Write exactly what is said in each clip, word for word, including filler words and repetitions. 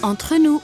entre nous.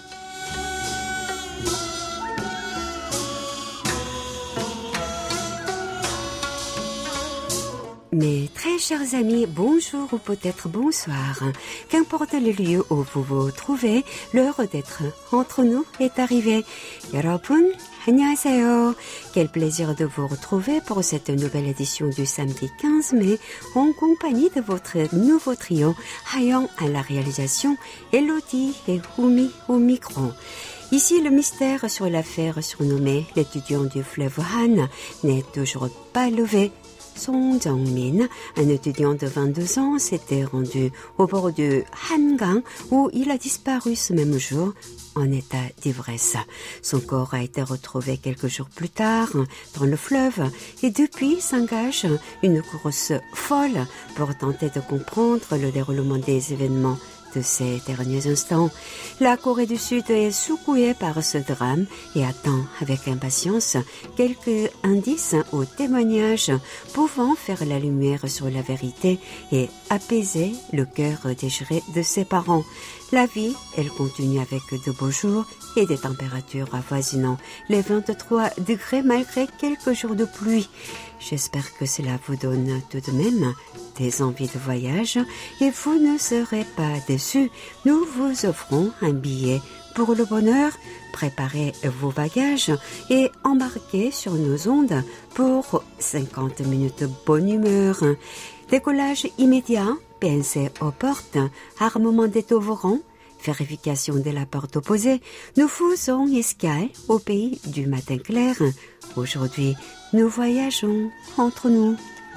Mes très chers amis, bonjour ou peut-être bonsoir. Qu'importe le lieu où vous vous trouvez, l'heure d'être entre nous est arrivée. 여러분, 안녕하세요. Quel plaisir de vous retrouver pour cette nouvelle édition du samedi quinze mai en compagnie de votre nouveau trio, Hayoung à la réalisation, Elodie et Umi au micro. Ici, le mystère sur l'affaire surnommée l'étudiant du fleuve Han n'est toujours pas levé. Song Jung-min, un étudiant de vingt-deux ans, s'était rendu au bord du Hangang où il a disparu ce même jour en état d'ivresse. Son corps a été retrouvé quelques jours plus tard dans le fleuve et depuis s'engage une course folle pour tenter de comprendre le déroulement des événements de ces derniers instants. La Corée du Sud est secouée par ce drame et attend avec impatience quelques indices ou témoignages pouvant faire la lumière sur la vérité et apaiser le cœur déchiré de ses parents. La vie, elle continue avec de beaux jours et des températures avoisinant les vingt-trois degrés malgré quelques jours de pluie. J'espère que cela vous donne tout de même des envies de voyage et vous ne serez pas déçus. Nous vous offrons un billet pour le bonheur. Préparez vos bagages et embarquez sur nos ondes pour cinquante minutes de bonne humeur. Décollage immédiat, P N C aux portes, armement des tobogans, vérification de la porte opposée. Nous faisons escale au pays du matin clair. Aujourd'hui, nous voyageons entre nous.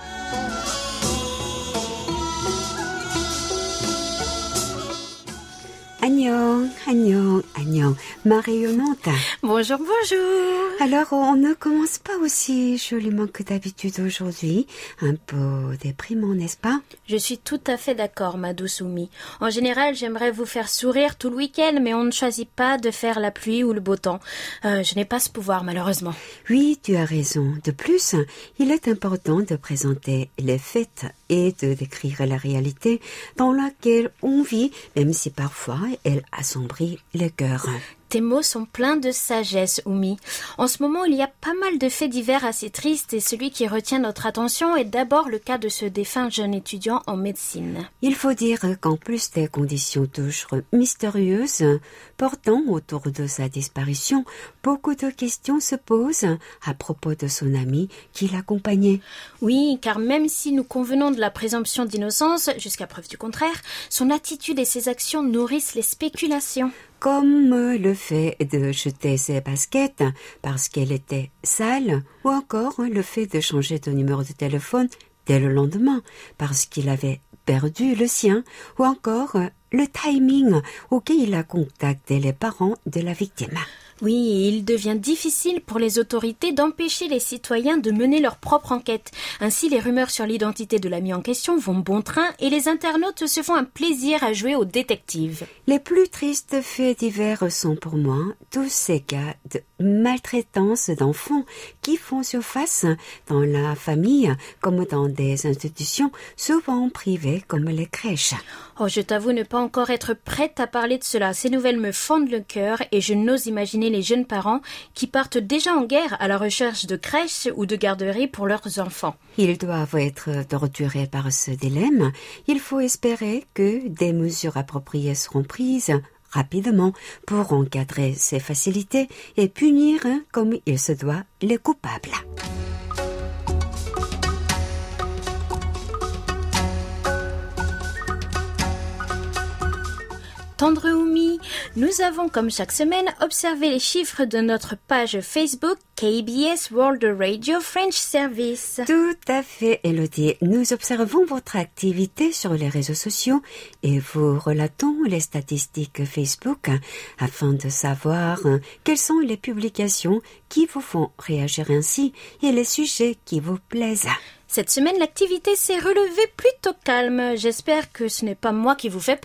Annyeong, annyeong, annyeong. Marie-Yonante. Bonjour, bonjour. Alors, on ne commence pas aussi joliment que d'habitude aujourd'hui. Un peu déprimant, n'est-ce pas? Je suis tout à fait d'accord, ma douce Oumi. En général, j'aimerais vous faire sourire tout le week-end, mais on ne choisit pas de faire la pluie ou le beau temps. Euh, je n'ai pas ce pouvoir, malheureusement. Oui, tu as raison. De plus, il est important de présenter les faits et de décrire la réalité dans laquelle on vit, même si parfois elle assombrit le cœur. Tes mots sont pleins de sagesse, Oumi. En ce moment, il y a pas mal de faits divers assez tristes et celui qui retient notre attention est d'abord le cas de ce défunt jeune étudiant en médecine. Il faut dire qu'en plus des conditions toujours mystérieuses portant autour de sa disparition, beaucoup de questions se posent à propos de son ami qui l'accompagnait. Oui, car même si nous convenons de la présomption d'innocence, jusqu'à preuve du contraire, son attitude et ses actions nourrissent les spéculations. Comme le fait de jeter ses baskets parce qu'elle était sale, ou encore le fait de changer de numéro de téléphone dès le lendemain parce qu'il avait perdu le sien, ou encore le timing auquel il a contacté les parents de la victime. Oui, il devient difficile pour les autorités d'empêcher les citoyens de mener leur propre enquête. Ainsi, les rumeurs sur l'identité de l'ami en question vont bon train et les internautes se font un plaisir à jouer aux détectives. Les plus tristes faits divers sont pour moi tous ces cas de maltraitance d'enfants qui font surface dans la famille comme dans des institutions souvent privées comme les crèches. Oh, je t'avoue ne pas encore être prête à parler de cela. Ces nouvelles me fendent le cœur et je n'ose imaginer les jeunes parents qui partent déjà en guerre à la recherche de crèches ou de garderies pour leurs enfants. Ils doivent être torturés par ce dilemme. Il faut espérer que des mesures appropriées seront prises rapidement pour encadrer ces facilités et punir comme il se doit les coupables. Tendre Oumi, nous avons comme chaque semaine observé les chiffres de notre page Facebook K B S World Radio French Service. Tout à fait, Elodie. Nous observons votre activité sur les réseaux sociaux et vous relatons les statistiques Facebook afin de savoir quelles sont les publications qui vous font réagir ainsi et les sujets qui vous plaisent. Cette semaine, l'activité s'est relevée plutôt calme. J'espère que ce n'est pas moi qui vous fais peur, hein?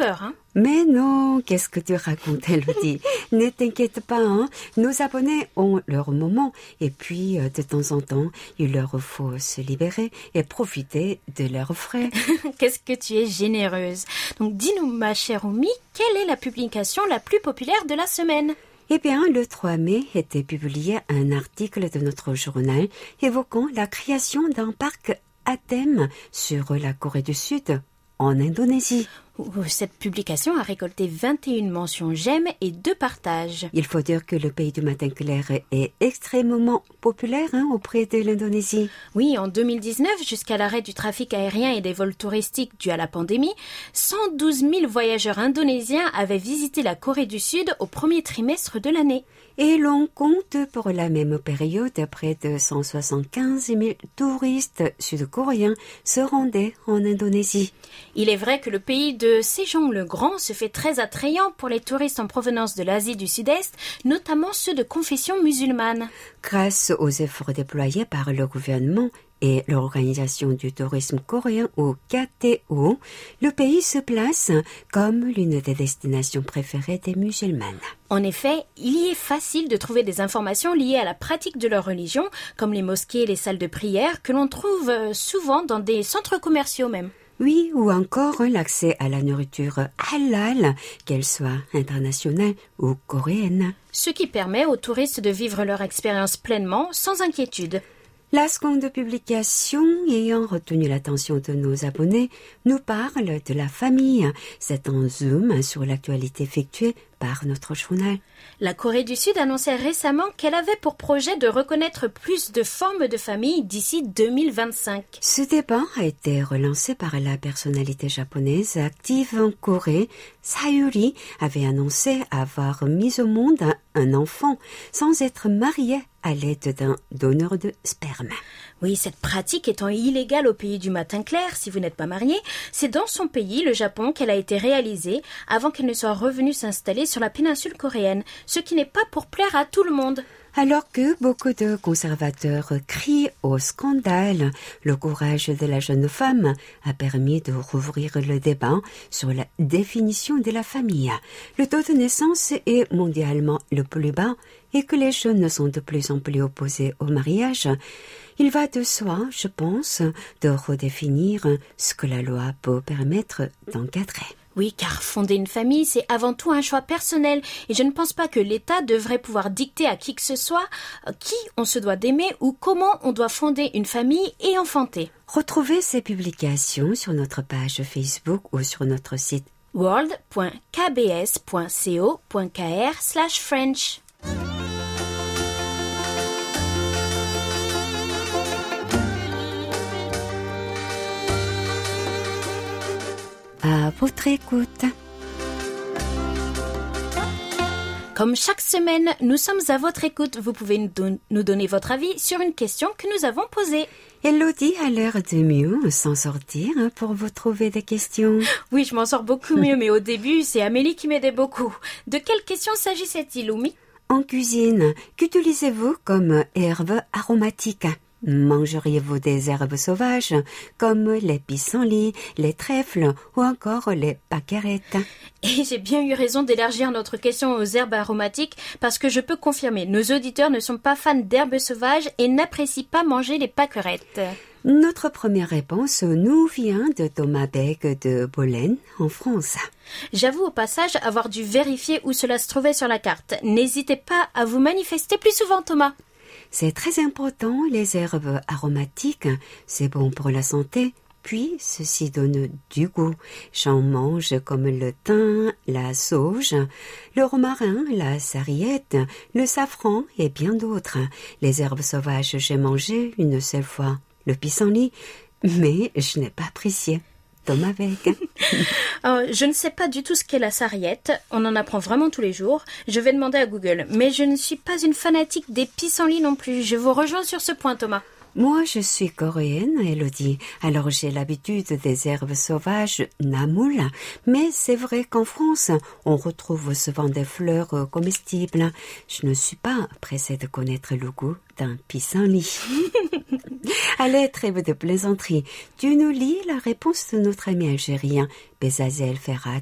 Mais non, qu'est-ce que tu racontes, Elodie? Ne t'inquiète pas, hein. Nos abonnés ont leur moment et puis euh, de temps en temps, il leur faut se libérer et profiter de leurs frais. Qu'est-ce que tu es généreuse. Donc dis-nous, ma chère Oumi, quelle est la publication la plus populaire de la semaine? Eh bien, le trois mai était publié un article de notre journal évoquant la création d'un parc à thème sur la Corée du Sud en Indonésie. Cette publication a récolté vingt et une mentions j'aime et deux partages. Il faut dire que le pays du matin clair est extrêmement populaire hein, auprès de l'Indonésie. Oui, en deux mille dix-neuf, jusqu'à l'arrêt du trafic aérien et des vols touristiques dû à la pandémie, cent douze mille voyageurs indonésiens avaient visité la Corée du Sud au premier trimestre de l'année. Et l'on compte pour la même période près de cent soixante-quinze mille touristes sud-coréens se rendaient en Indonésie. Il est vrai que le pays de Sejong le Grand se fait très attrayant pour les touristes en provenance de l'Asie du Sud-Est, notamment ceux de confession musulmane. Grâce aux efforts déployés par le gouvernement et l'Organisation du tourisme coréen au K T O, le pays se place comme l'une des destinations préférées des musulmanes. En effet, il y est facile de trouver des informations liées à la pratique de leur religion, comme les mosquées et les salles de prière, que l'on trouve souvent dans des centres commerciaux même. Oui, ou encore l'accès à la nourriture halal, qu'elle soit internationale ou coréenne. Ce qui permet aux touristes de vivre leur expérience pleinement, sans inquiétude. La seconde publication, ayant retenu l'attention de nos abonnés, nous parle de la famille. C'est un zoom sur l'actualité effectuée par notre journal. La Corée du Sud annonçait récemment qu'elle avait pour projet de reconnaître plus de formes de famille d'ici deux mille vingt-cinq. Ce débat a été relancé par la personnalité japonaise active en Corée. Sayuri avait annoncé avoir mis au monde un enfant sans être mariée à l'aide d'un donneur de sperme. Oui, cette pratique étant illégale au pays du matin clair, si vous n'êtes pas marié, c'est dans son pays, le Japon, qu'elle a été réalisée avant qu'elle ne soit revenue s'installer sur la péninsule coréenne, ce qui n'est pas pour plaire à tout le monde. Alors que beaucoup de conservateurs crient au scandale, le courage de la jeune femme a permis de rouvrir le débat sur la définition de la famille. Le taux de naissance est mondialement le plus bas et que les jeunes sont de plus en plus opposés au mariage. Il va de soi, je pense, de redéfinir ce que la loi peut permettre d'encadrer. Oui, car fonder une famille, c'est avant tout un choix personnel et je ne pense pas que l'État devrait pouvoir dicter à qui que ce soit qui on se doit d'aimer ou comment on doit fonder une famille et enfanter. Retrouvez ces publications sur notre page Facebook ou sur notre site world point k b s point co point k r slash French. À votre écoute. Comme chaque semaine, nous sommes à votre écoute. Vous pouvez nous, don- nous donner votre avis sur une question que nous avons posée. Elodie a l'air de mieux s'en sortir pour vous trouver des questions. Oui, je m'en sors beaucoup mieux, mais au début, c'est Amélie qui m'aidait beaucoup. De quelle question s'agissait-il, Oumi? En cuisine, qu'utilisez-vous comme herbes aromatiques? Mangeriez-vous des herbes sauvages comme les pissenlits, les trèfles ou encore les pâquerettes? Et j'ai bien eu raison d'élargir notre question aux herbes aromatiques parce que je peux confirmer, nos auditeurs ne sont pas fans d'herbes sauvages et n'apprécient pas manger les pâquerettes. Notre première réponse nous vient de Thomas Beck de Bolène, en France. J'avoue au passage avoir dû vérifier où cela se trouvait sur la carte. N'hésitez pas à vous manifester plus souvent, Thomas. C'est très important, les herbes aromatiques, c'est bon pour la santé, puis ceci donne du goût. J'en mange comme le thym, la sauge, le romarin, la sarriette, le safran et bien d'autres. Les herbes sauvages, j'ai mangé une seule fois le pissenlit, mais je n'ai pas apprécié. Thomas Beck. euh, je ne sais pas du tout ce qu'est la sarriette. On en apprend vraiment tous les jours. Je vais demander à Google. Mais je ne suis pas une fanatique des pissenlits non plus. Je vous rejoins sur ce point, Thomas. Moi, je suis coréenne, Elodie, alors j'ai l'habitude des herbes sauvages namoul, mais c'est vrai qu'en France, on retrouve souvent des fleurs comestibles. Je ne suis pas pressée de connaître le goût d'un pissenlit. Allez, trêve de plaisanterie. Tu nous lis la réponse de notre ami algérien, Bezazel Ferhat.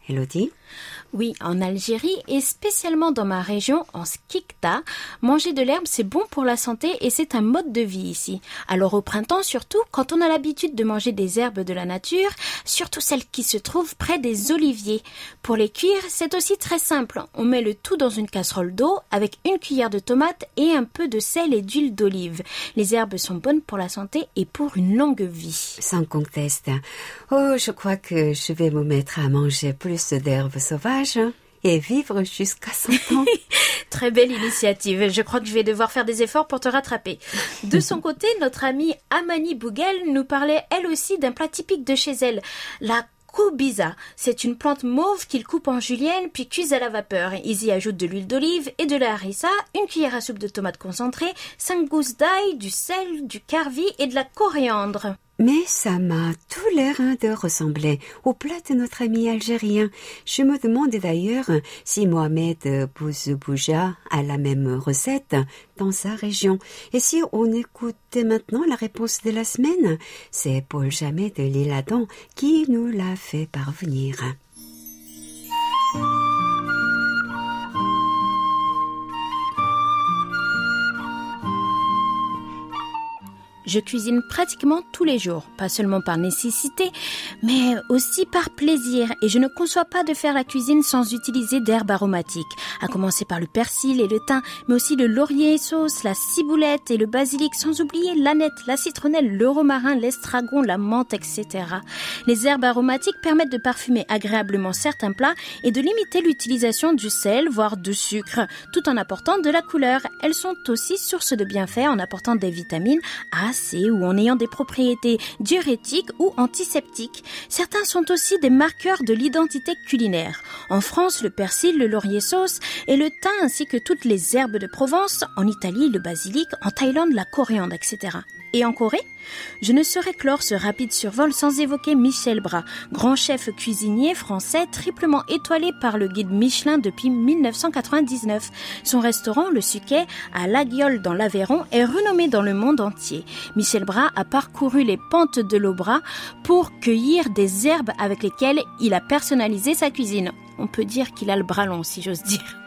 Elodie? Oui, en Algérie et spécialement dans ma région, en Skikda, manger de l'herbe c'est bon pour la santé et c'est un mode de vie ici. Alors au printemps surtout, quand on a l'habitude de manger des herbes de la nature, surtout celles qui se trouvent près des oliviers. Pour les cuire, c'est aussi très simple. On met le tout dans une casserole d'eau avec une cuillère de tomate et un peu de sel et d'huile d'olive. Les herbes sont bonnes pour la santé et pour une longue vie. Sans conteste. Oh, je crois que je vais me mettre à manger plus d'herbes sauvages et vivre jusqu'à cent ans. Très belle initiative. Je crois que je vais devoir faire des efforts pour te rattraper. De son côté, notre amie Amani Bougel nous parlait elle aussi d'un plat typique de chez elle, la koubiza. C'est une plante mauve qu'ils coupent en julienne puis cuisent à la vapeur. Ils y ajoutent de l'huile d'olive et de la harissa, une cuillère à soupe de tomates concentrées, cinq gousses d'ail, du sel, du karvi et de la coriandre. Mais ça m'a tout l'air de ressembler au plat de notre ami algérien. Je me demande d'ailleurs si Mohamed Bouzebouja a la même recette dans sa région. Et si on écoutait maintenant la réponse de la semaine, c'est Paul Jamet de l'Île Adam qui nous l'a fait parvenir. Je cuisine pratiquement tous les jours, pas seulement par nécessité, mais aussi par plaisir. Et je ne conçois pas de faire la cuisine sans utiliser d'herbes aromatiques, à commencer par le persil et le thym, mais aussi le laurier sauce, la ciboulette et le basilic, sans oublier l'aneth, la citronnelle, le romarin, l'estragon, la menthe, et cetera. Les herbes aromatiques permettent de parfumer agréablement certains plats et de limiter l'utilisation du sel, voire du sucre, tout en apportant de la couleur. Elles sont aussi source de bienfaits en apportant des vitamines A, C ou en ayant des propriétés diurétiques ou antiseptiques. Certains sont aussi des marqueurs de l'identité culinaire. En France, le persil, le laurier sauce et le thym ainsi que toutes les herbes de Provence, en Italie, le basilic, en Thaïlande, la coriandre, et cetera. Et en Corée, je ne saurais clore ce rapide survol sans évoquer Michel Bras, grand chef cuisinier français triplement étoilé par le guide Michelin depuis mille neuf cent quatre-vingt-dix-neuf. Son restaurant, le Suquet, à Laguiole dans l'Aveyron, est renommé dans le monde entier. Michel Bras a parcouru les pentes de l'Aubrac pour cueillir des herbes avec lesquelles il a personnalisé sa cuisine. On peut dire qu'il a le bras long, si j'ose dire.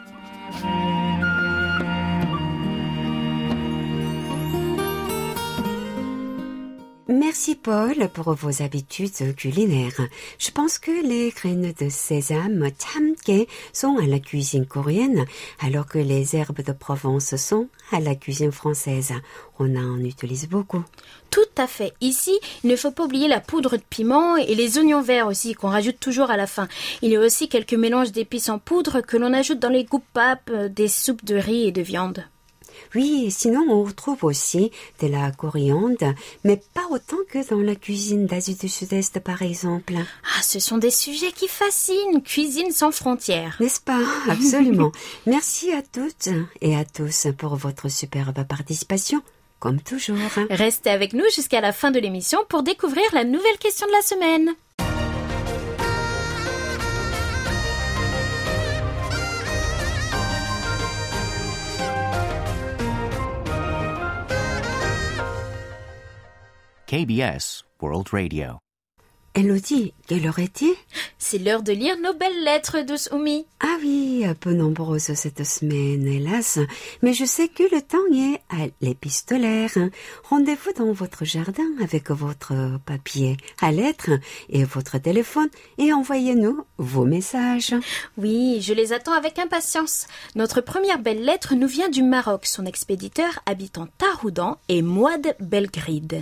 Merci Paul pour vos habitudes culinaires. Je pense que les graines de sésame chamke sont à la cuisine coréenne, alors que les herbes de Provence sont à la cuisine française. On en utilise beaucoup. Tout à fait. Ici, il ne faut pas oublier la poudre de piment et les oignons verts aussi, qu'on rajoute toujours à la fin. Il y a aussi quelques mélanges d'épices en poudre que l'on ajoute dans les goupapes, des soupes de riz et de viande. Oui, sinon on retrouve aussi de la coriandre, mais pas autant que dans la cuisine d'Asie du Sud-Est par exemple. Ah, ce sont des sujets qui fascinent, cuisine sans frontières. N'est-ce pas? Absolument. Merci à toutes et à tous pour votre superbe participation, comme toujours. Restez avec nous jusqu'à la fin de l'émission pour découvrir la nouvelle question de la semaine. K B S World Radio. Elodie, quelle heure est-il? C'est l'heure de lire nos belles lettres, douce Oumi. Ah oui, peu nombreuses cette semaine, hélas. Mais je sais que le temps est à l'épistolaire. Rendez-vous dans votre jardin avec votre papier à lettres et votre téléphone et envoyez-nous vos messages. Oui, je les attends avec impatience. Notre première belle lettre nous vient du Maroc. Son expéditeur habite en Taroudan et Mouad Belgride.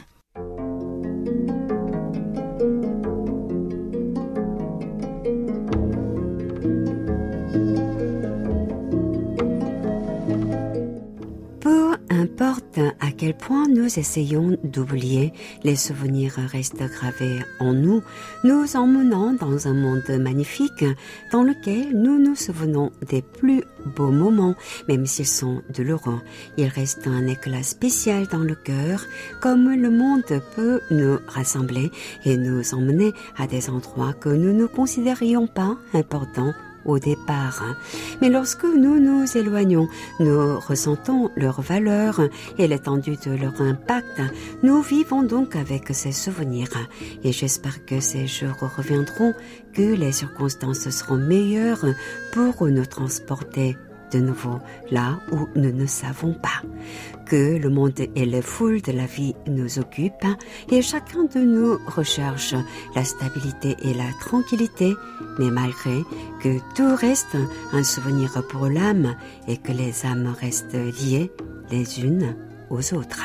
Importe à quel point nous essayons d'oublier, les souvenirs restent gravés en nous, nous emmenant dans un monde magnifique dans lequel nous nous souvenons des plus beaux moments, même s'ils sont douloureux. Il reste un éclat spécial dans le cœur, comme le monde peut nous rassembler et nous emmener à des endroits que nous ne considérions pas importants au départ. Mais lorsque nous nous éloignons, nous ressentons leur valeur et l'étendue de leur impact. Nous vivons donc avec ces souvenirs. Et j'espère que ces jours reviendront, que les circonstances seront meilleures pour nous transporter de nouveau là où nous ne savons pas, que le monde et les foules de la vie nous occupent et chacun de nous recherche la stabilité et la tranquillité, mais malgré que tout reste un souvenir pour l'âme et que les âmes restent liées les unes aux autres.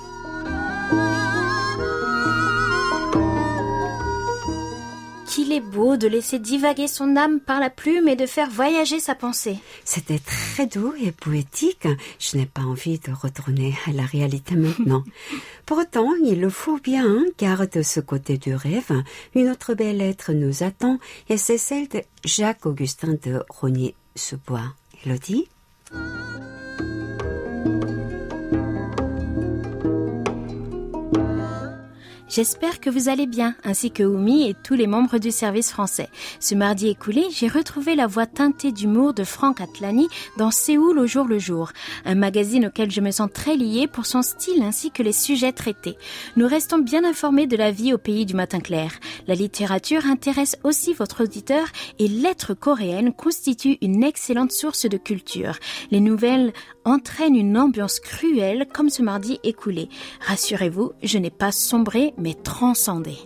Qu'il est beau de laisser divaguer son âme par la plume et de faire voyager sa pensée. C'était très doux et poétique. Je n'ai pas envie de retourner à la réalité maintenant. Pourtant, il le faut bien, car de ce côté du rêve, une autre belle lettre nous attend, et c'est celle de Jacques-Augustin de Rogny-sous-Bois. Elodie ? J'espère que vous allez bien, ainsi que Oumi et tous les membres du service français. Ce mardi écoulé, j'ai retrouvé la voix teintée d'humour de Franck Atlani dans Séoul au jour le jour, un magazine auquel je me sens très liée pour son style ainsi que les sujets traités. Nous restons bien informés de la vie au pays du matin clair. La littérature intéresse aussi votre auditeur et Lettres coréennes constituent une excellente source de culture. Les nouvelles entraînent une ambiance cruelle comme ce mardi écoulé. Rassurez-vous, je n'ai pas sombré mais transcendé.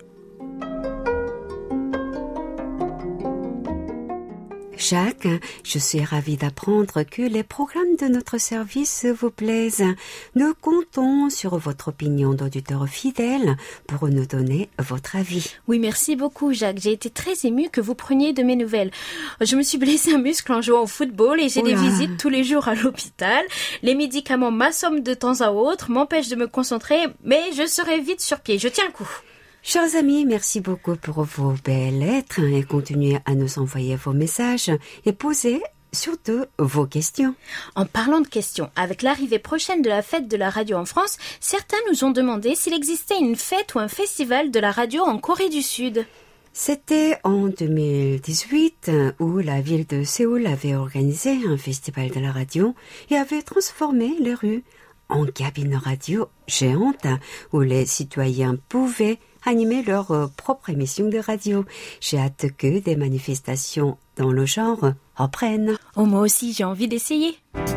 Jacques, je suis ravie d'apprendre que les programmes de notre service vous plaisent. Nous comptons sur votre opinion d'auditeur fidèle pour nous donner votre avis. Oui, merci beaucoup, Jacques. J'ai été très émue que vous preniez de mes nouvelles. Je me suis blessé un muscle en jouant au football et j'ai Oula. des visites tous les jours à l'hôpital. Les médicaments m'assomment de temps à autre, m'empêchent de me concentrer, mais je serai vite sur pied. Je tiens le coup. Chers amis, merci beaucoup pour vos belles lettres et continuez à nous envoyer vos messages et poser surtout vos questions. En parlant de questions, avec l'arrivée prochaine de la fête de la radio en France, certains nous ont demandé s'il existait une fête ou un festival de la radio en Corée du Sud. C'était en deux mille dix-huit où la ville de Séoul avait organisé un festival de la radio et avait transformé les rues en cabines radio géantes où les citoyens pouvaient animer leur propre émission de radio. J'ai hâte que des manifestations dans le genre reprennent. Oh, moi aussi, j'ai envie d'essayer.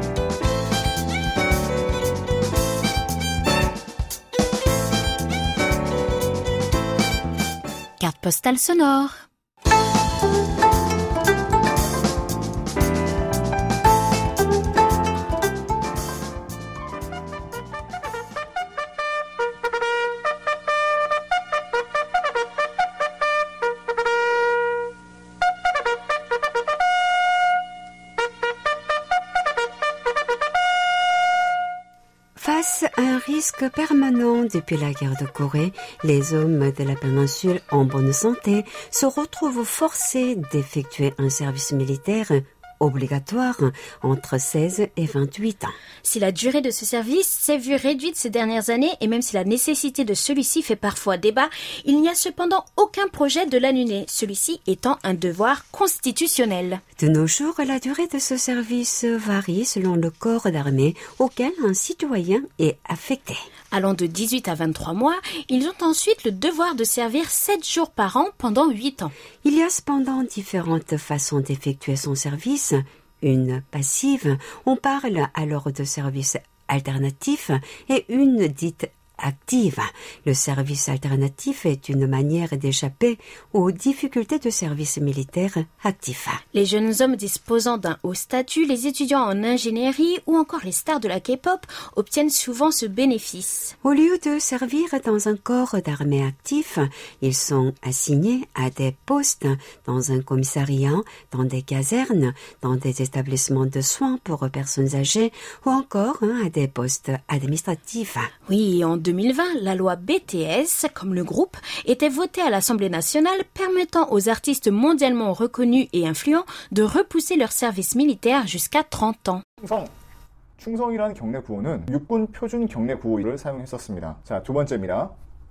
Carte postale sonore. Face à un risque permanent depuis la guerre de Corée, les hommes de la péninsule en bonne santé se retrouvent forcés d'effectuer un service militaire obligatoire entre seize et vingt-huit ans. Si la durée de ce service s'est vue réduite ces dernières années et même si la nécessité de celui-ci fait parfois débat, il n'y a cependant aucun projet de l'annuler, celui-ci étant un devoir constitutionnel. De nos jours, la durée de ce service varie selon le corps d'armée auquel un citoyen est affecté. Allant de dix-huit à vingt-trois mois, ils ont ensuite le devoir de servir sept jours par an pendant huit ans. Il y a cependant différentes façons d'effectuer son service. Une passive, on parle alors de service alternatif, et une dite active. Le service alternatif est une manière d'échapper aux difficultés de service militaire actif. Les jeunes hommes disposant d'un haut statut, les étudiants en ingénierie ou encore les stars de la K-pop obtiennent souvent ce bénéfice. Au lieu de servir dans un corps d'armée actif, ils sont assignés à des postes dans un commissariat, dans des casernes, dans des établissements de soins pour personnes âgées ou encore hein, à des postes administratifs. Oui, en deux mille vingt, la loi B T S, comme le groupe, était votée à l'Assemblée nationale permettant aux artistes mondialement reconnus et influents de repousser leur service militaire jusqu'à trente ans. 충성. 충성이라는 경례 구호는 육군 표준 경례 구호를 사용했었습니다. 자, 두 번째입니다.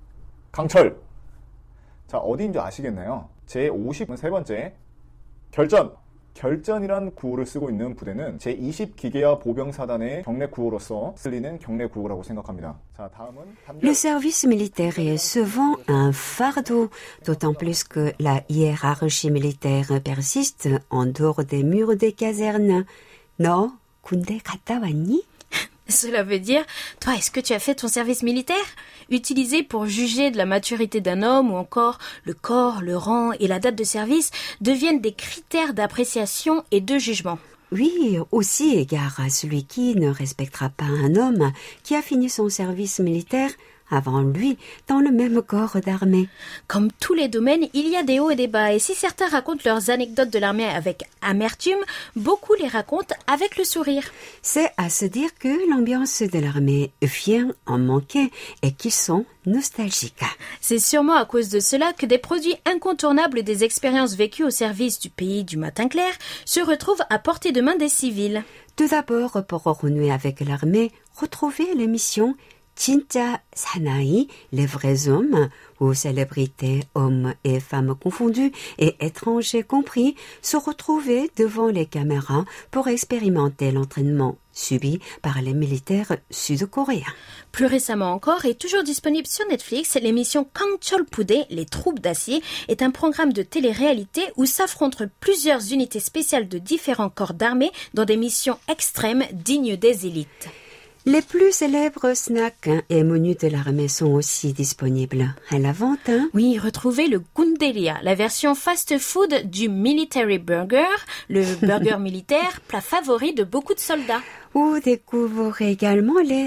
강철. 자, 어디인지 아시겠나요? 제오십삼 번째 결전. 결전이란 구호를 쓰고 있는 부대는 제이십 기계화 보병사단의 경례 구호로서 쓰이는 경례 구호라고 생각합니다. 자, 다음은 Le service militaire est souvent un fardeau, d'autant plus que la hiérarchie militaire persiste en dehors des murs des casernes. 너 군대 갔다 왔니? Cela veut dire, toi, est-ce que tu as fait ton service militaire? Utilisé pour juger de la maturité d'un homme ou encore le corps, le rang et la date de service deviennent des critères d'appréciation et de jugement. Oui, aussi égard à celui qui ne respectera pas un homme qui a fini son service militaire avant lui dans le même corps d'armée. Comme tous les domaines, il y a des hauts et des bas, et si certains racontent leurs anecdotes de l'armée avec amertume, beaucoup les racontent avec le sourire. C'est à se dire que l'ambiance de l'armée vient en manquer et qu'ils sont nostalgiques. C'est sûrement à cause de cela que des produits incontournables des expériences vécues au service du pays du matin clair se retrouvent à portée de main des civils. Tout d'abord, pour renouer avec l'armée, retrouvez l'émission 진짜 사나이, les vrais hommes, où célébrités, hommes et femmes confondus et étrangers compris, se retrouvaient devant les caméras pour expérimenter l'entraînement subi par les militaires sud-coréens. Plus récemment encore, et toujours disponible sur Netflix, l'émission 강철 부대, les troupes d'acier, est un programme de télé-réalité où s'affrontent plusieurs unités spéciales de différents corps d'armée dans des missions extrêmes dignes des élites. Les plus célèbres snacks et menus de l'armée sont aussi disponibles à la vente. Oui, retrouvez le Gunderia, la version fast-food du Military Burger, le burger militaire, plat favori de beaucoup de soldats. Ou découvrez également les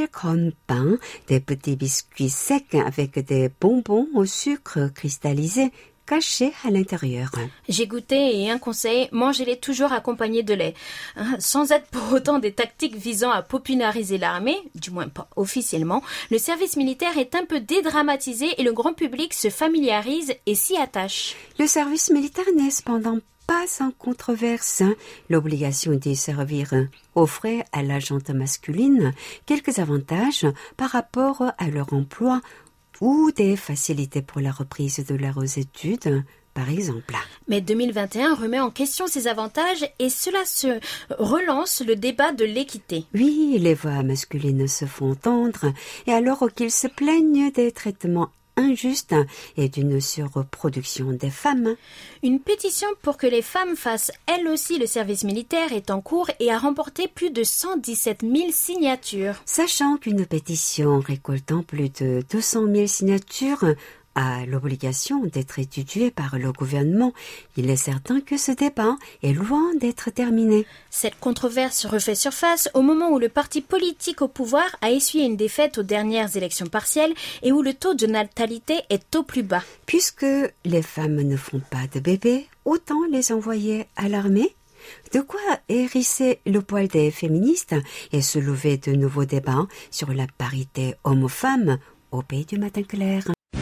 쌀건빵, des petits biscuits secs avec des bonbons au sucre cristallisé cachés à l'intérieur. J'ai goûté et un conseil, mangez-les toujours accompagnés de lait. Sans être pour autant des tactiques visant à populariser l'armée, du moins pas officiellement, le service militaire est un peu dédramatisé et le grand public se familiarise et s'y attache. Le service militaire n'est cependant pas sans controverse. L'obligation d'y servir offrait à la gente masculine quelques avantages par rapport à leur emploi ou des facilités pour la reprise de leurs études, par exemple. Mais deux mille vingt et un remet en question ces avantages et cela se relance le débat de l'équité. Oui, les voix masculines se font entendre et alors qu'ils se plaignent des traitements injustes et d'une surproduction des femmes. Une pétition pour que les femmes fassent elles aussi le service militaire est en cours et a remporté plus de cent dix-sept mille signatures. Sachant qu'une pétition récoltant plus de deux cent mille signatures a l'obligation d'être étudiée par le gouvernement, il est certain que ce débat est loin d'être terminé. Cette controverse refait surface au moment où le parti politique au pouvoir a essuyé une défaite aux dernières élections partielles et où le taux de natalité est au plus bas. Puisque les femmes ne font pas de bébés, autant les envoyer à l'armée? De quoi hérisser le poil des féministes et soulever de nouveaux débats sur la parité homme-femme au pays du matin clair.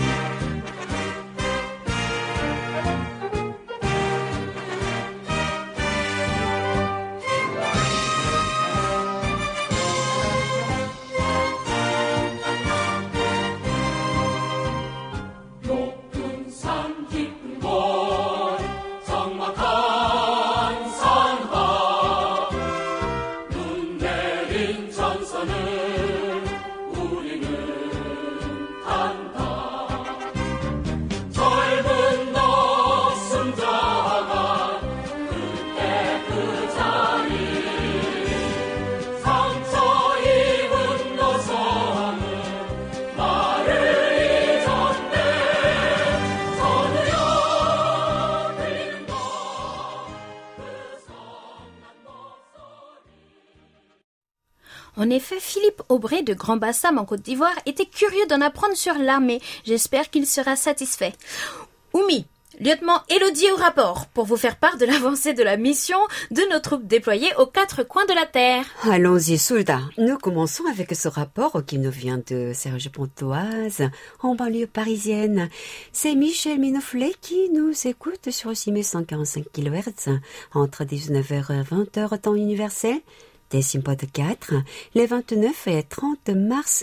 En effet, Philippe Aubray de Grand Bassam en Côte d'Ivoire était curieux d'en apprendre sur l'armée. J'espère qu'il sera satisfait. Oumi, lieutenant Élodie au rapport, pour vous faire part de l'avancée de la mission de nos troupes déployées aux quatre coins de la Terre. Allons-y, soldats. Nous commençons avec ce rapport qui nous vient de Serge Pontoise, en banlieue parisienne. C'est Michel Minouflet qui nous écoute sur six mille cent quarante-cinq kilohertz entre dix-neuf heures et vingt heures temps universel. Décimpod quatre, les vingt-neuf et trente mars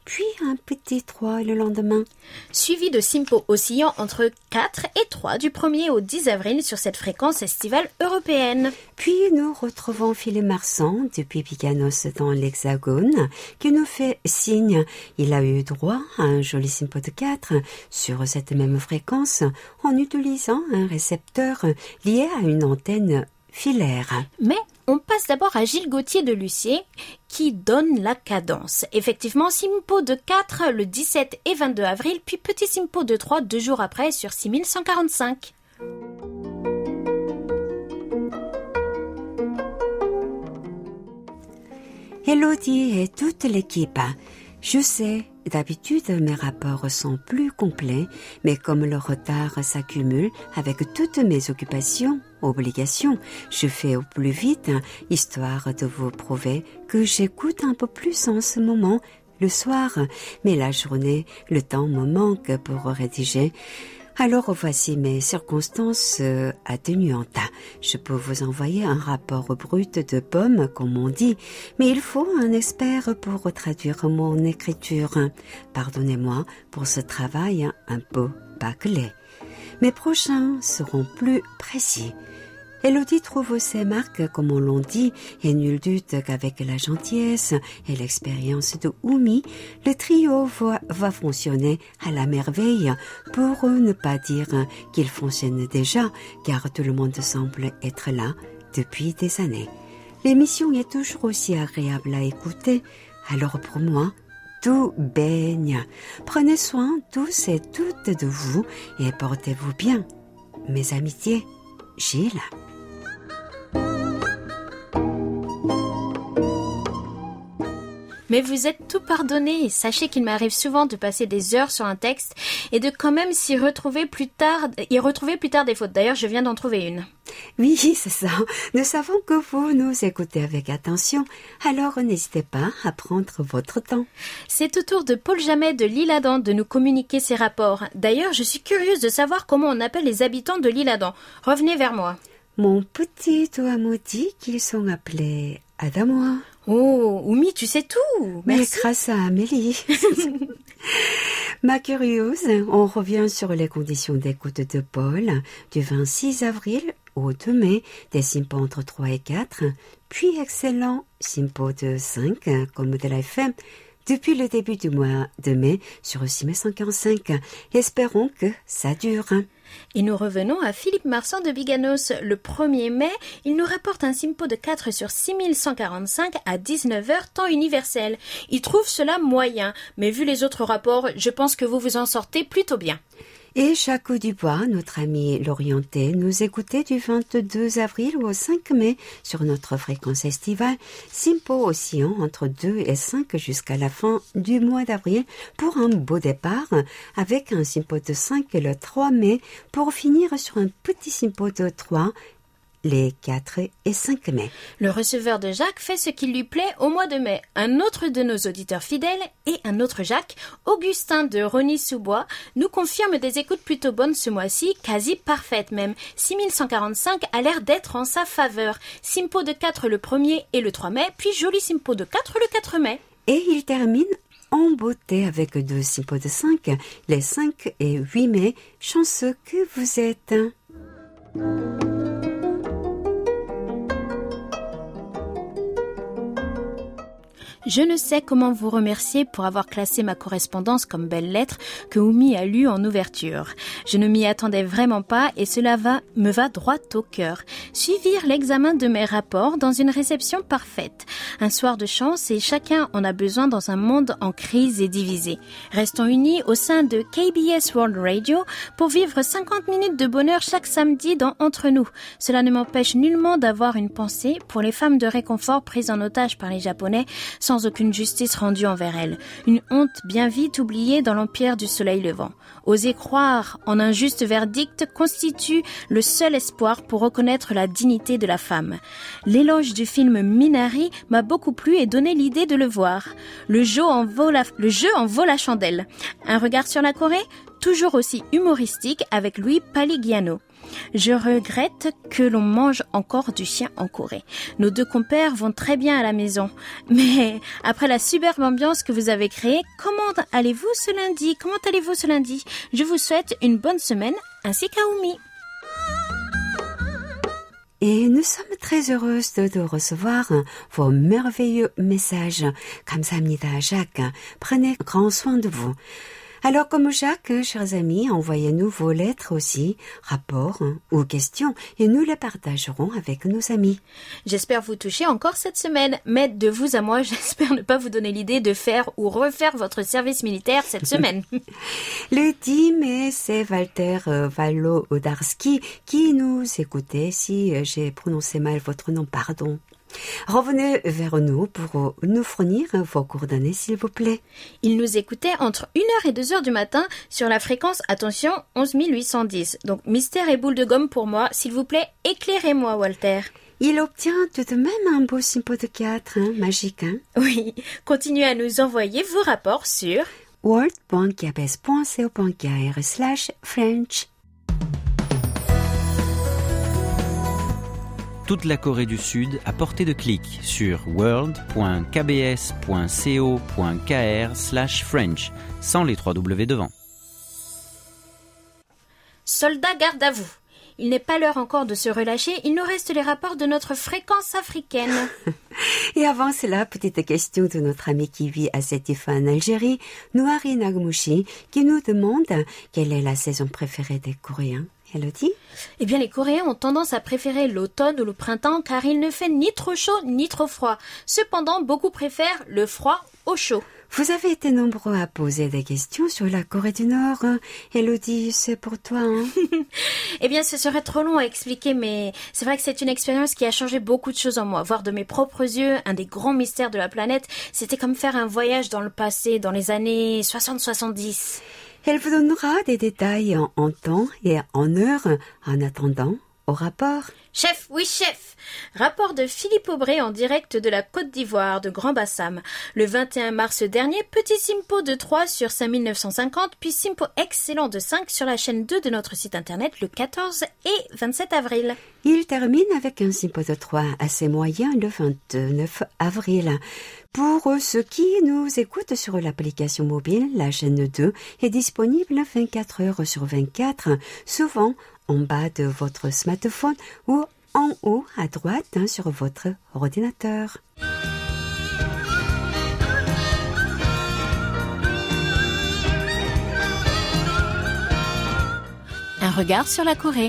puis un petit trois le lendemain. Suivi de Simpo oscillant entre quatre et trois du premier au dix avril sur cette fréquence estivale européenne. Puis nous retrouvons Philippe Marsan depuis Biganos dans l'Hexagone qui nous fait signe. Il a eu droit à un joli Simpo de quatre sur cette même fréquence en utilisant un récepteur lié à une antenne filaire. Mais on passe d'abord à Gilles Gauthier de Lucier qui donne la cadence. Effectivement, Simpo de quatre le dix-sept et vingt-deux avril, puis petit Simpo de trois deux jours après sur six mille cent quarante-cinq. Elodie et toute l'équipe. Je sais, d'habitude mes rapports sont plus complets, mais comme le retard s'accumule avec toutes mes occupations, obligations, je fais au plus vite, histoire de vous prouver que j'écoute un peu plus en ce moment, le soir, mais la journée, le temps me manque pour rédiger. Alors voici mes circonstances euh, atténuantes. Je peux vous envoyer un rapport brut de pomme, comme on dit, mais il faut un expert pour traduire mon écriture. Pardonnez-moi pour ce travail un peu bâclé. Mes prochains seront plus précis. Elodie trouve ses marques, comme on l'on dit, et nul doute qu'avec la gentillesse et l'expérience de Oumi, le trio va, va fonctionner à la merveille, pour ne pas dire qu'il fonctionne déjà, car tout le monde semble être là depuis des années. L'émission est toujours aussi agréable à écouter, alors pour moi, tout baigne. Prenez soin tous et toutes de vous et portez-vous bien. Mes amitiés, Gilles. Mais vous êtes tout pardonné. Sachez qu'il m'arrive souvent de passer des heures sur un texte et de quand même s'y retrouver plus tard, y retrouver plus tard des fautes. D'ailleurs, je viens d'en trouver une. Oui, c'est ça. Nous savons que vous nous écoutez avec attention, alors n'hésitez pas à prendre votre temps. C'est au tour de Paul Jamet de l'Isle-Adam de nous communiquer ses rapports. D'ailleurs, je suis curieuse de savoir comment on appelle les habitants de l'Isle-Adam. Revenez vers moi. Mon petit doigt maudit qu'ils sont appelés Adamois. Oh, Oumi, tu sais tout. Merci. Mais grâce à Amélie. Ma curieuse, on revient sur les conditions d'écoute de Paul du vingt-six avril au deux mai, des Simpo entre trois et quatre, puis excellent Simpo de cinq, comme de la F M, depuis le début du mois de mai sur six mille cent quarante-cinq. Espérons que ça dure. Et nous revenons à Philippe Marsan de Biganos. Le premier mai, il nous rapporte un Simpo de quatre sur six mille cent quarante-cinq à dix-neuf heures, temps universel. Il trouve cela moyen, mais vu les autres rapports, je pense que vous vous en sortez plutôt bien. Et Jaco Dubois, notre ami l'Orienté, nous écoutait du vingt-deux avril au cinq mai sur notre fréquence estivale, Simpo oscillant entre deux et cinq jusqu'à la fin du mois d'avril pour un beau départ, avec un Simpo de cinq le trois mai pour finir sur un petit Simpo de trois les quatre et cinq mai. Le receveur de Jacques fait ce qui lui plaît au mois de mai. Un autre de nos auditeurs fidèles et un autre Jacques, Augustin de Rony-sous-Bois, nous confirme des écoutes plutôt bonnes ce mois-ci, quasi parfaites même. six mille cent quarante-cinq a l'air d'être en sa faveur. Simpo de quatre le premier et le trois mai, puis joli Simpo de quatre le quatre mai. Et il termine en beauté avec deux Simpo de cinq, les cinq et huit mai. Chanceux que vous êtes. Je ne sais comment vous remercier pour avoir classé ma correspondance comme belle lettre que Oumi a lue en ouverture. Je ne m'y attendais vraiment pas et cela va, me va droit au cœur. Suivirent l'examen de mes rapports dans une réception parfaite. Un soir de chance et chacun en a besoin dans un monde en crise et divisé. Restons unis au sein de K B S World Radio pour vivre cinquante minutes de bonheur chaque samedi dans Entre nous. Cela ne m'empêche nullement d'avoir une pensée pour les femmes de réconfort prises en otage par les Japonais sans sans aucune justice rendue envers elle. Une honte bien vite oubliée dans l'empire du soleil levant. Oser croire en un juste verdict constitue le seul espoir pour reconnaître la dignité de la femme. L'éloge du film Minari m'a beaucoup plu et donné l'idée de le voir. Le jeu en vaut la, le jeu en vaut la chandelle. Un regard sur la Corée ? Toujours aussi humoristique avec Louis Paligiano. Je regrette que l'on mange encore du chien en Corée. Nos deux compères vont très bien à la maison. Mais après la superbe ambiance que vous avez créée, comment allez-vous ce lundi? Comment allez-vous ce lundi? Je vous souhaite une bonne semaine ainsi qu'Aoumi. Et nous sommes très heureuses de, de recevoir vos merveilleux messages. 감사합니다, Jacques. Prenez grand soin de vous. Alors, comme Jacques, chers amis, envoyez-nous vos lettres aussi, rapports ou questions, et nous les partagerons avec nos amis. J'espère vous toucher encore cette semaine, mais de vous à moi, j'espère ne pas vous donner l'idée de faire ou refaire votre service militaire cette semaine. Le dix mai, c'est Walter Walodarski qui nous écoutait. Si j'ai prononcé mal votre nom, pardon. Revenez vers nous pour nous fournir vos coordonnées, s'il vous plaît. Il nous écoutait entre une heure et deux heures du matin sur la fréquence, attention, onze mille huit cent dix. Donc, mystère et boule de gomme pour moi. S'il vous plaît, éclairez-moi, Walter. Il obtient tout de même un beau Simpo de quatre, hein, magique, hein? Oui, continuez à nous envoyer vos rapports sur world point k b s point co point k r slash French. Toute la Corée du Sud à portée de clic sur world point k b s point co point k r slash French, sans les trois W devant. Soldats, garde à vous. Il n'est pas l'heure encore de se relâcher, il nous reste les rapports de notre fréquence africaine. Et avant cela, petite question de notre ami qui vit à Sétif en Algérie, Nouari Nagmouchi, qui nous demande quelle est la saison préférée des Coréens. Elodie? Eh bien, les Coréens ont tendance à préférer l'automne ou le printemps car il ne fait ni trop chaud ni trop froid. Cependant, beaucoup préfèrent le froid au chaud. Vous avez été nombreux à poser des questions sur la Corée du Nord. Elodie, c'est pour toi, hein? Eh bien, ce serait trop long à expliquer, mais c'est vrai que c'est une expérience qui a changé beaucoup de choses en moi. Voir de mes propres yeux un des grands mystères de la planète, c'était comme faire un voyage dans le passé, dans les années soixante soixante-dix. Elle vous donnera des détails en, en temps et en heure. En attendant, au rapport. Chef, oui chef. Rapport de Philippe Aubray en direct de la Côte d'Ivoire, de Grand Bassam. Le vingt et un mars dernier, petit Simpo de trois sur cinq mille neuf cent cinquante, puis Simpo excellent de cinq sur la chaîne deux de notre site internet le quatorze et vingt-sept avril. Il termine avec un Simpo de trois assez moyen le vingt-neuf avril. Pour ceux qui nous écoutent sur l'application mobile, la chaîne deux est disponible vingt-quatre heures sur vingt-quatre, souvent en bas de votre smartphone ou en haut à droite hein, sur votre ordinateur. Un regard sur la Corée.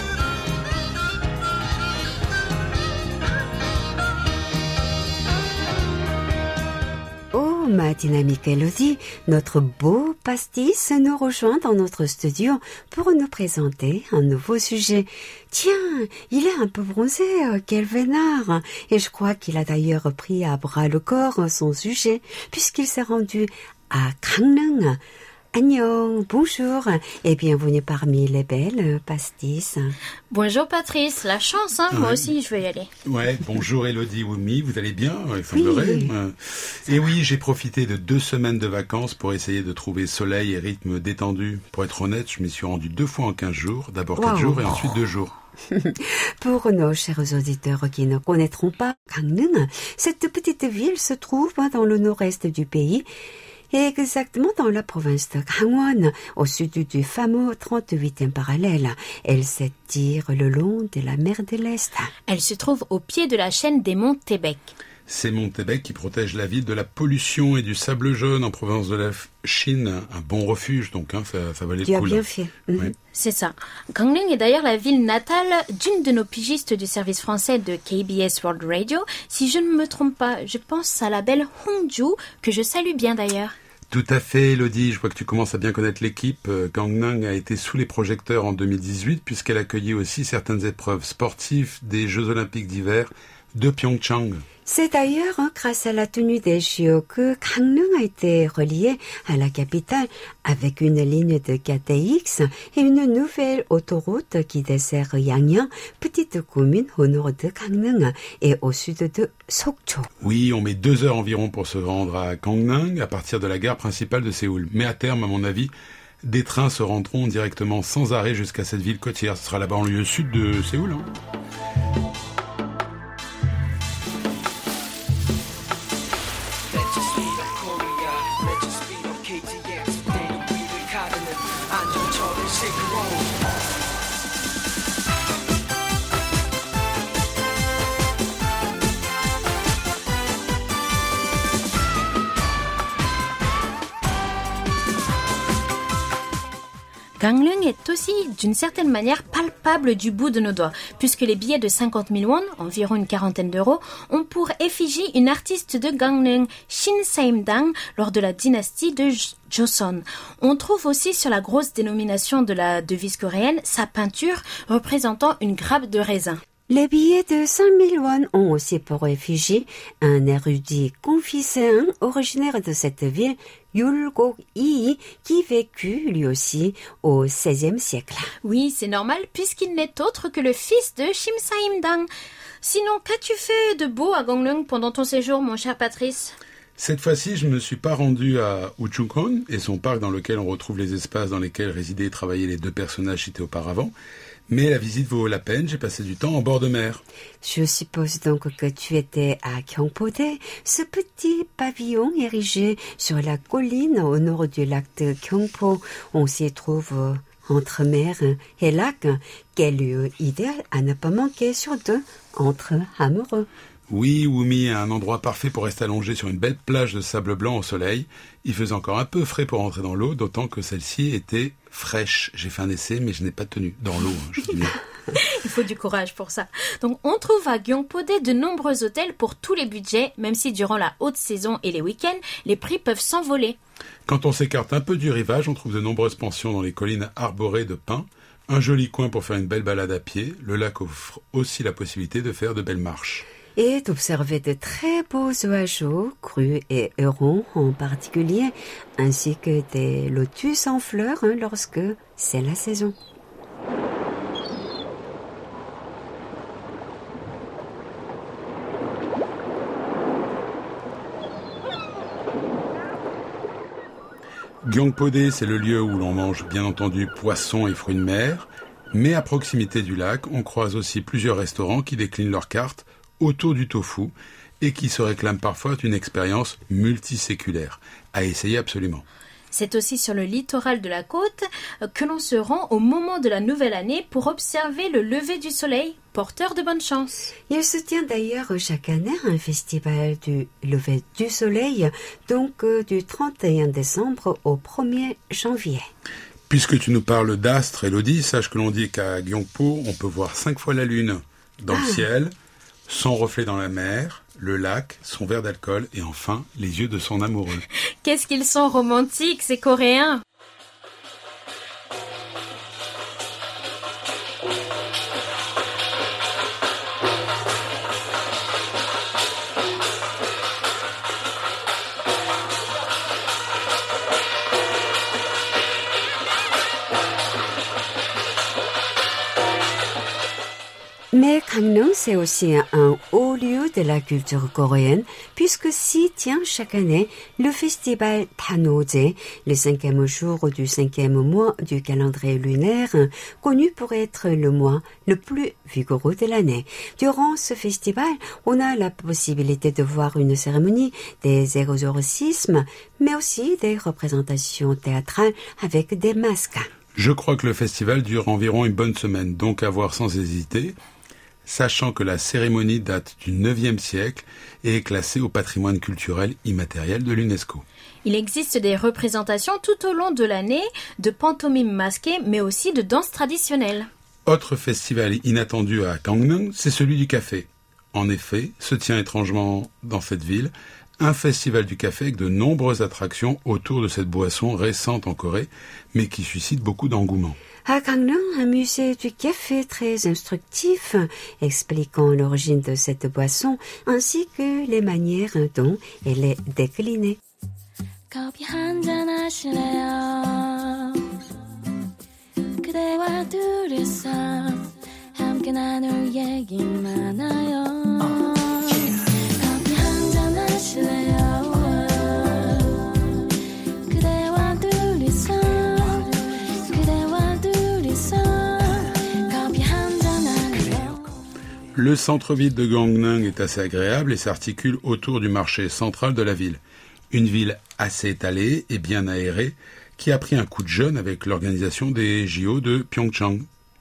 Oh, ma dynamique Elodie, notre beau pastis nous rejoint dans notre studio pour nous présenter un nouveau sujet. Tiens, il est un peu bronzé, quel vénard! Et je crois qu'il a d'ailleurs pris à bras le corps son sujet, puisqu'il s'est rendu à Gangneung. Annyeong, bonjour et bienvenue parmi les belles pastis. Bonjour Patrice, la chance, hein, moi ouais. aussi je veux y aller. Ouais, bonjour Elodie Wumi, vous allez bien, il semblerait. Oui. Et oui, j'ai profité de deux semaines de vacances pour essayer de trouver soleil et rythme détendu. Pour être honnête, je m'y suis rendu deux fois en quinze jours, d'abord Wow. quatre jours et ensuite deux jours. Pour nos chers auditeurs qui ne connaîtront pas Gangneung, cette petite ville se trouve dans le nord-est du pays, exactement dans la province de Gangwon, au sud du fameux trente-huitième parallèle. Elle s'étire le long de la mer de l'Est. Elle se trouve au pied de la chaîne des monts Taebaek. C'est Montébec qui protège la ville de la pollution et du sable jaune en province de la Chine. Un bon refuge, donc hein, ça, ça valait Tu le as coup. bien là. fait. Ouais. C'est ça. Gangneung est d'ailleurs la ville natale d'une de nos pigistes du service français de K B S World Radio. Si je ne me trompe pas, je pense à la belle Hongju, que je salue bien d'ailleurs. Tout à fait, Elodie. Je vois que tu commences à bien connaître l'équipe. Euh, Gangneung a été sous les projecteurs en deux mille dix-huit puisqu'elle accueillait aussi certaines épreuves sportives des Jeux Olympiques d'hiver de Pyeongchang. C'est d'ailleurs hein, grâce à la tenue des J O que Gangneung a été relié à la capitale avec une ligne de K T X et une nouvelle autoroute qui dessert Yangyang, petite commune au nord de Gangneung et au sud de Sokcho. Oui, on met deux heures environ pour se rendre à Gangneung à partir de la gare principale de Séoul. Mais à terme, à mon avis, Des trains se rendront directement sans arrêt jusqu'à cette ville côtière. Ce sera la banlieue sud de Séoul. Hein. Gangneung est aussi d'une certaine manière palpable du bout de nos doigts, puisque les billets de cinquante mille won, environ une quarantaine d'euros, ont pour effigie une artiste de Gangneung, Shin Saim-dang, lors de la dynastie de Joseon. On trouve aussi sur la grosse dénomination de la devise coréenne sa peinture représentant une grappe de raisin. Les billets de cinq mille won ont aussi pour effigie un érudit confucéen originaire de cette ville, Yulgok-i, qui vécut lui aussi au seizième siècle. Oui, c'est normal puisqu'il n'est autre que le fils de Shim Saim-dang. Sinon, qu'as-tu fait de beau à Gangneung pendant ton séjour, mon cher Patrice ? Cette fois-ci, je ne me suis pas rendu à Uchungkwon et son parc dans lequel on retrouve les espaces dans lesquels résidaient et travaillaient les deux personnages cités auparavant. Mais la visite vaut la peine, j'ai passé du temps en bord de mer. Je suppose donc que tu étais à Gyeongpo-dae, ce petit pavillon érigé sur la colline au nord du lac de Gyeongpo. On s'y trouve entre mer et lac. Quel lieu idéal à ne pas manquer, surtout entre amoureux. Oui, Wumi est un endroit parfait pour rester allongé sur une belle plage de sable blanc au soleil. Il faisait encore un peu frais pour entrer dans l'eau, d'autant que celle-ci était fraîche. J'ai fait un essai, mais je n'ai pas tenu dans l'eau, hein, je dis bien. Il faut du courage pour ça. Donc, on trouve à Gyeongpo-dae de nombreux hôtels pour tous les budgets, même si durant la haute saison et les week-ends, les prix peuvent s'envoler. Quand on s'écarte un peu du rivage, on trouve de nombreuses pensions dans les collines arborées de pins. Un joli coin pour faire une belle balade à pied. Le lac offre aussi la possibilité de faire de belles marches. Et d'observer de très beaux oiseaux, grues et hérons en particulier, ainsi que des lotus en fleurs hein, lorsque c'est la saison. Gyeongpo-dae, c'est le lieu où l'on mange bien entendu poissons et fruits de mer, mais à proximité du lac, on croise aussi plusieurs restaurants qui déclinent leurs cartes autour du tofu et qui se réclament parfois d'une expérience multiséculaire. À essayer absolument. C'est aussi sur le littoral de la côte que l'on se rend au moment de la nouvelle année pour observer le lever du soleil, porteur de bonne chance. Il se tient d'ailleurs chaque année un festival du lever du soleil, donc du trente et un décembre au premier janvier. Puisque tu nous parles d'astres, Elodie, sache que l'on dit qu'à Gyeongpo, on peut voir cinq fois la lune dans ah. le ciel, son reflet dans la mer, le lac, son verre d'alcool et enfin les yeux de son amoureux. Qu'est-ce qu'ils sont romantiques, ces Coréens! Mais Gangneung, c'est aussi un haut lieu de la culture coréenne, puisque s'y tient chaque année le festival Danojjae, le cinquième jour du cinquième mois du calendrier lunaire, connu pour être le mois le plus vigoureux de l'année. Durant ce festival, on a la possibilité de voir une cérémonie des exorcismes, mais aussi des représentations théâtrales avec des masques. Je crois que le festival dure environ une bonne semaine, donc à voir sans hésiter, sachant que la cérémonie date du neuvième siècle et est classée au patrimoine culturel immatériel de l'UNESCO. Il existe des représentations tout au long de l'année de pantomimes masquées, mais aussi de danses traditionnelles. Autre festival inattendu à Gangneung, c'est celui du café. En effet, se tient étrangement dans cette ville un festival du café avec de nombreuses attractions autour de cette boisson récente en Corée, mais qui suscite beaucoup d'engouement. À Gangneung, un musée du café très instructif, expliquant l'origine de cette boisson, ainsi que les manières dont elle est déclinée. 커피 한잔 하실래요? 그대와 둘이서 함께 나눌 얘기 많아요. 커피 한잔 하실래요? 그대와 둘이서 Le centre-ville de Gangneung est assez agréable et s'articule autour du marché central de la ville. Une ville assez étalée et bien aérée qui a pris un coup de jeune avec l'organisation des J O de Pyeongchang.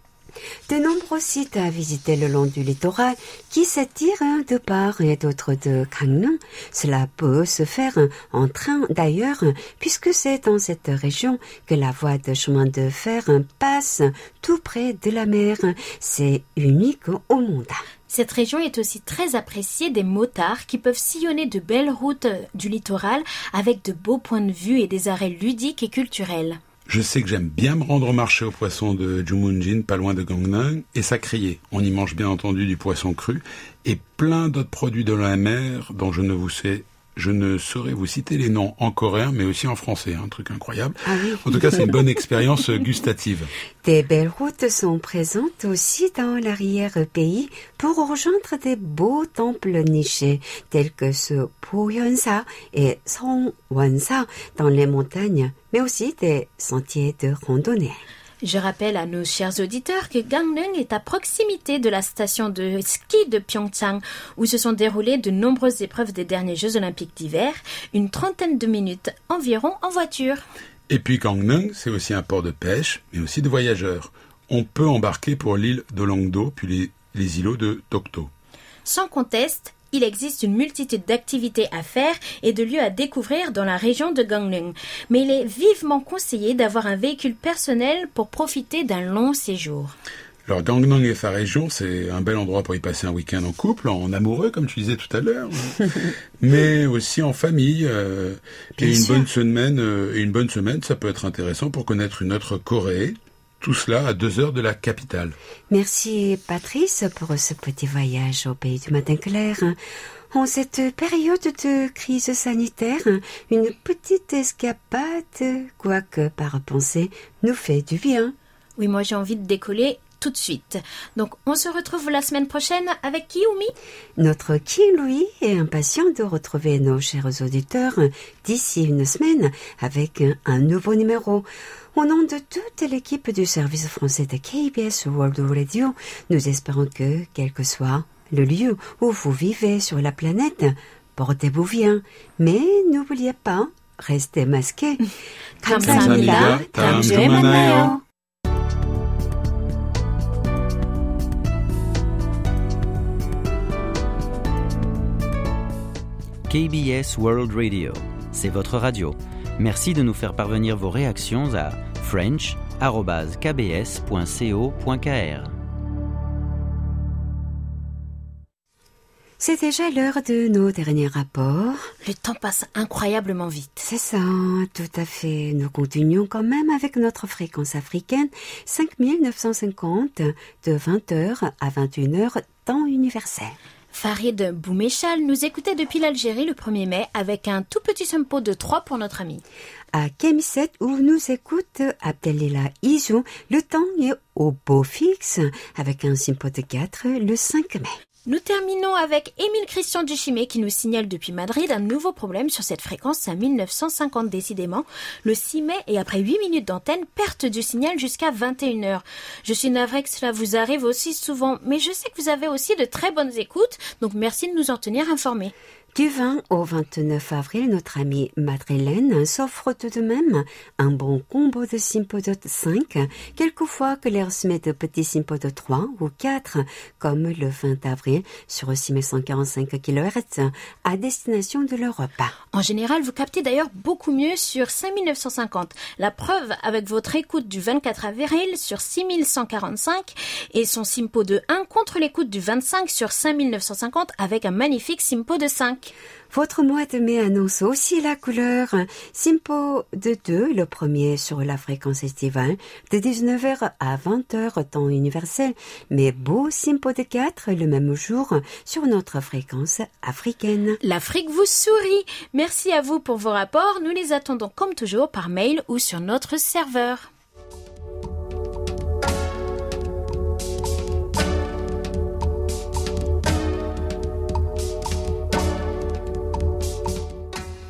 De nombreux sites à visiter le long du littoral qui s'attirent de part et d'autre de Gangneung. Cela peut se faire en train d'ailleurs, puisque c'est dans cette région que la voie de chemin de fer passe tout près de la mer. C'est unique au monde. Cette région est aussi très appréciée des motards qui peuvent sillonner de belles routes du littoral avec de beaux points de vue et des arrêts ludiques et culturels. Je sais que j'aime bien me rendre au marché aux poissons de Jumunjin, pas loin de Gangneung, et ça criait. On y mange bien entendu du poisson cru et plein d'autres produits de la mer dont je ne vous sais, je ne saurais vous citer les noms en coréen, mais aussi en français, un truc incroyable. Ah oui. En tout cas, c'est une bonne expérience gustative. Des belles routes sont présentes aussi dans l'arrière-pays pour rejoindre des beaux temples nichés tels que ce Pohyonsa et Songwonsa dans les montagnes, mais aussi des sentiers de randonnée. Je rappelle à nos chers auditeurs que Gangneung est à proximité de la station de ski de Pyeongchang où se sont déroulées de nombreuses épreuves des derniers Jeux Olympiques d'hiver, une trentaine de minutes environ en voiture. Et puis Gangneung, c'est aussi un port de pêche, mais aussi de voyageurs. On peut embarquer pour l'île d'Olongdo, puis les, les îlots de Dokdo. Sans conteste, il existe une multitude d'activités à faire et de lieux à découvrir dans la région de Gangneung. Mais il est vivement conseillé d'avoir un véhicule personnel pour profiter d'un long séjour. Alors Gangneung et sa région, c'est un bel endroit pour y passer un week-end en couple, en amoureux, comme tu disais tout à l'heure, mais aussi en famille. Euh, et une bonne semaine, euh, et une bonne semaine, ça peut être intéressant pour connaître une autre Corée. Tout cela à deux heures de la capitale. Merci Patrice pour ce petit voyage au pays du matin clair. En cette période de crise sanitaire, une petite escapade, quoique par pensée, nous fait du bien. Oui, moi j'ai envie de décoller tout de suite. Donc on se retrouve la semaine prochaine avec Kiyoumi. Notre Ki Louis est impatient de retrouver nos chers auditeurs d'ici une semaine avec un nouveau numéro. Au nom de toute l'équipe du service français de K B S World Radio, nous espérons que, quel que soit le lieu où vous vivez sur la planète, portez-vous bien. Mais n'oubliez pas, restez masqués. 감사합니다. 다음 주에 만나요. K B S World Radio, c'est votre radio. Merci de nous faire parvenir vos réactions à french arobase k b s point co point k r. C'est déjà l'heure de nos derniers rapports. Le temps passe incroyablement vite. C'est ça, tout à fait. Nous continuons quand même avec notre fréquence africaine, cinq mille neuf cent cinquante, de vingt heures à vingt et une heures, temps universel. Farid Bouméchal nous écoutait depuis l'Algérie le premier mai avec un tout petit tempo de trois pour notre ami. À Kémisset, où nous écoute Abdelila Izou, le temps est au beau fixe avec un simpo de quatre le cinq mai. Nous terminons avec Émile Christian Duchimé qui nous signale depuis Madrid un nouveau problème sur cette fréquence à mille neuf cent cinquante décidément. Le six mai et après huit minutes d'antenne, perte du signal jusqu'à vingt et une heures. Je suis navrée que cela vous arrive aussi souvent, mais je sais que vous avez aussi de très bonnes écoutes, donc merci de nous en tenir informés. Du vingt au vingt-neuf avril, notre amie Madrilène s'offre tout de même un bon combo de Sympodot cinq, quelquefois que l'air se met de petits Sympodot trois ou quatre, comme le vingt avril sur six mille cent quarante-cinq kilohertz à destination de l'Europe. En général, vous captez d'ailleurs beaucoup mieux sur cinq mille neuf cent cinquante. La preuve avec votre écoute du vingt-quatre avril sur six mille cent quarante-cinq et son Simpo de un contre l'écoute du vingt-cinq sur cinq mille neuf cent cinquante avec un magnifique Simpo de cinq. Votre mois de mai annonce aussi la couleur. Simpo de deux, le premier sur la fréquence estivale, de dix-neuf heures à vingt heures, temps universel, mais beau Simpo de quatre, le même jour, sur notre fréquence africaine. L'Afrique vous sourit. Merci à vous pour vos rapports. Nous les attendons comme toujours par mail ou sur notre serveur.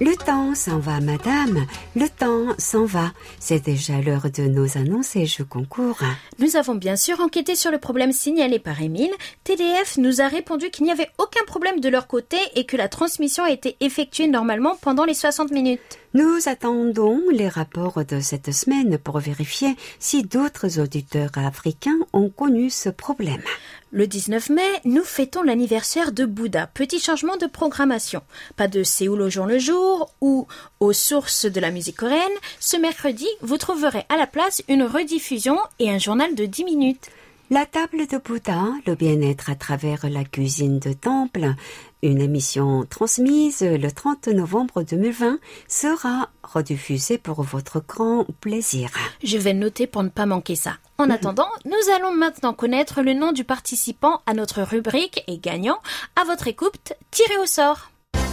Le temps s'en va, madame. Le temps s'en va. C'est déjà l'heure de nos annonces et je concours. Nous avons bien sûr enquêté sur le problème signalé par Émile. T D F nous a répondu qu'il n'y avait aucun problème de leur côté et que la transmission a été effectuée normalement pendant les soixante minutes. Nous attendons les rapports de cette semaine pour vérifier si d'autres auditeurs africains ont connu ce problème. Le dix-neuf mai, nous fêtons l'anniversaire de Bouddha. Petit changement de programmation. Pas de Séoul au jour le jour ou aux sources de la musique coréenne. Ce mercredi, vous trouverez à la place une rediffusion et un journal de dix minutes. La table de Bouddha, le bien-être à travers la cuisine de temple, une émission transmise le trente novembre deux mille vingt, sera rediffusée pour votre grand plaisir. Je vais noter pour ne pas manquer ça. En mmh. attendant, nous allons maintenant connaître le nom du participant à notre rubrique et gagnant. À votre écoute, tiré au sort.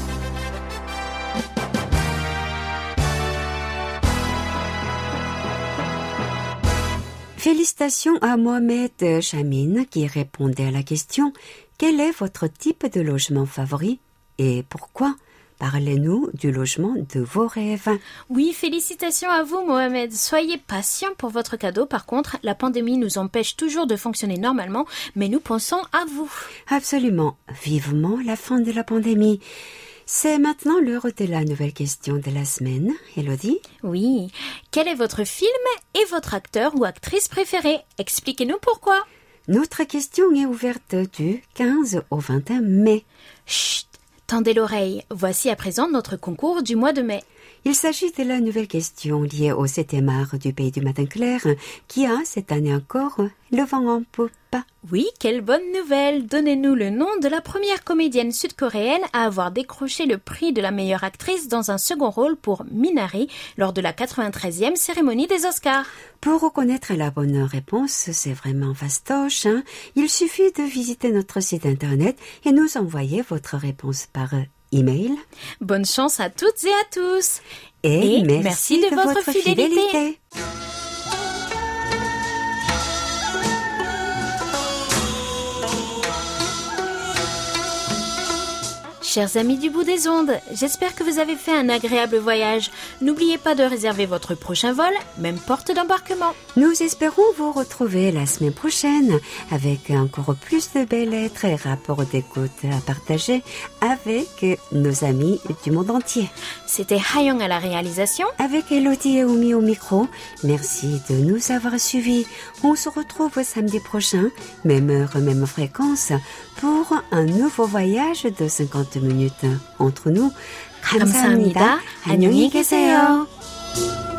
Félicitations à Mohamed Chamin qui répondait à la question « Quel est votre type de logement favori et pourquoi ?» Parlez-nous du logement de vos rêves. Oui, félicitations à vous, Mohamed. Soyez patient pour votre cadeau. Par contre, la pandémie nous empêche toujours de fonctionner normalement, mais nous pensons à vous. Absolument. Vivement la fin de la pandémie. C'est maintenant l'heure de la nouvelle question de la semaine. Elodie? Oui. Quel est votre film et votre acteur ou actrice préféré? Expliquez-nous pourquoi. Notre question est ouverte du quinze au vingt et un mai. Chut! Tendez l'oreille. Voici à présent notre concours du mois de mai. Il s'agit de la nouvelle question liée au septième art du pays du matin clair qui a, cette année encore, le vent en poupe. Oui, quelle bonne nouvelle! Donnez-nous le nom de la première comédienne sud-coréenne à avoir décroché le prix de la meilleure actrice dans un second rôle pour Minari lors de la quatre-vingt-treizième cérémonie des Oscars. Pour reconnaître la bonne réponse, c'est vraiment fastoche, hein? Il suffit de visiter notre site internet et nous envoyer votre réponse par email. Bonne chance à toutes et à tous. Et, et merci, merci de, de votre, votre fidélité. fidélité. Chers amis du bout des ondes, j'espère que vous avez fait un agréable voyage. N'oubliez pas de réserver votre prochain vol, même porte d'embarquement. Nous espérons vous retrouver la semaine prochaine avec encore plus de belles lettres et rapports d'écoute à partager avec nos amis du monde entier. C'était Hayong à la réalisation. Avec Elodie et Oumi au micro. Merci de nous avoir suivis. On se retrouve samedi prochain, même heure, même fréquence, pour un nouveau voyage de cinquante minutes entre nous. 감사합니다. 안녕히 계세요.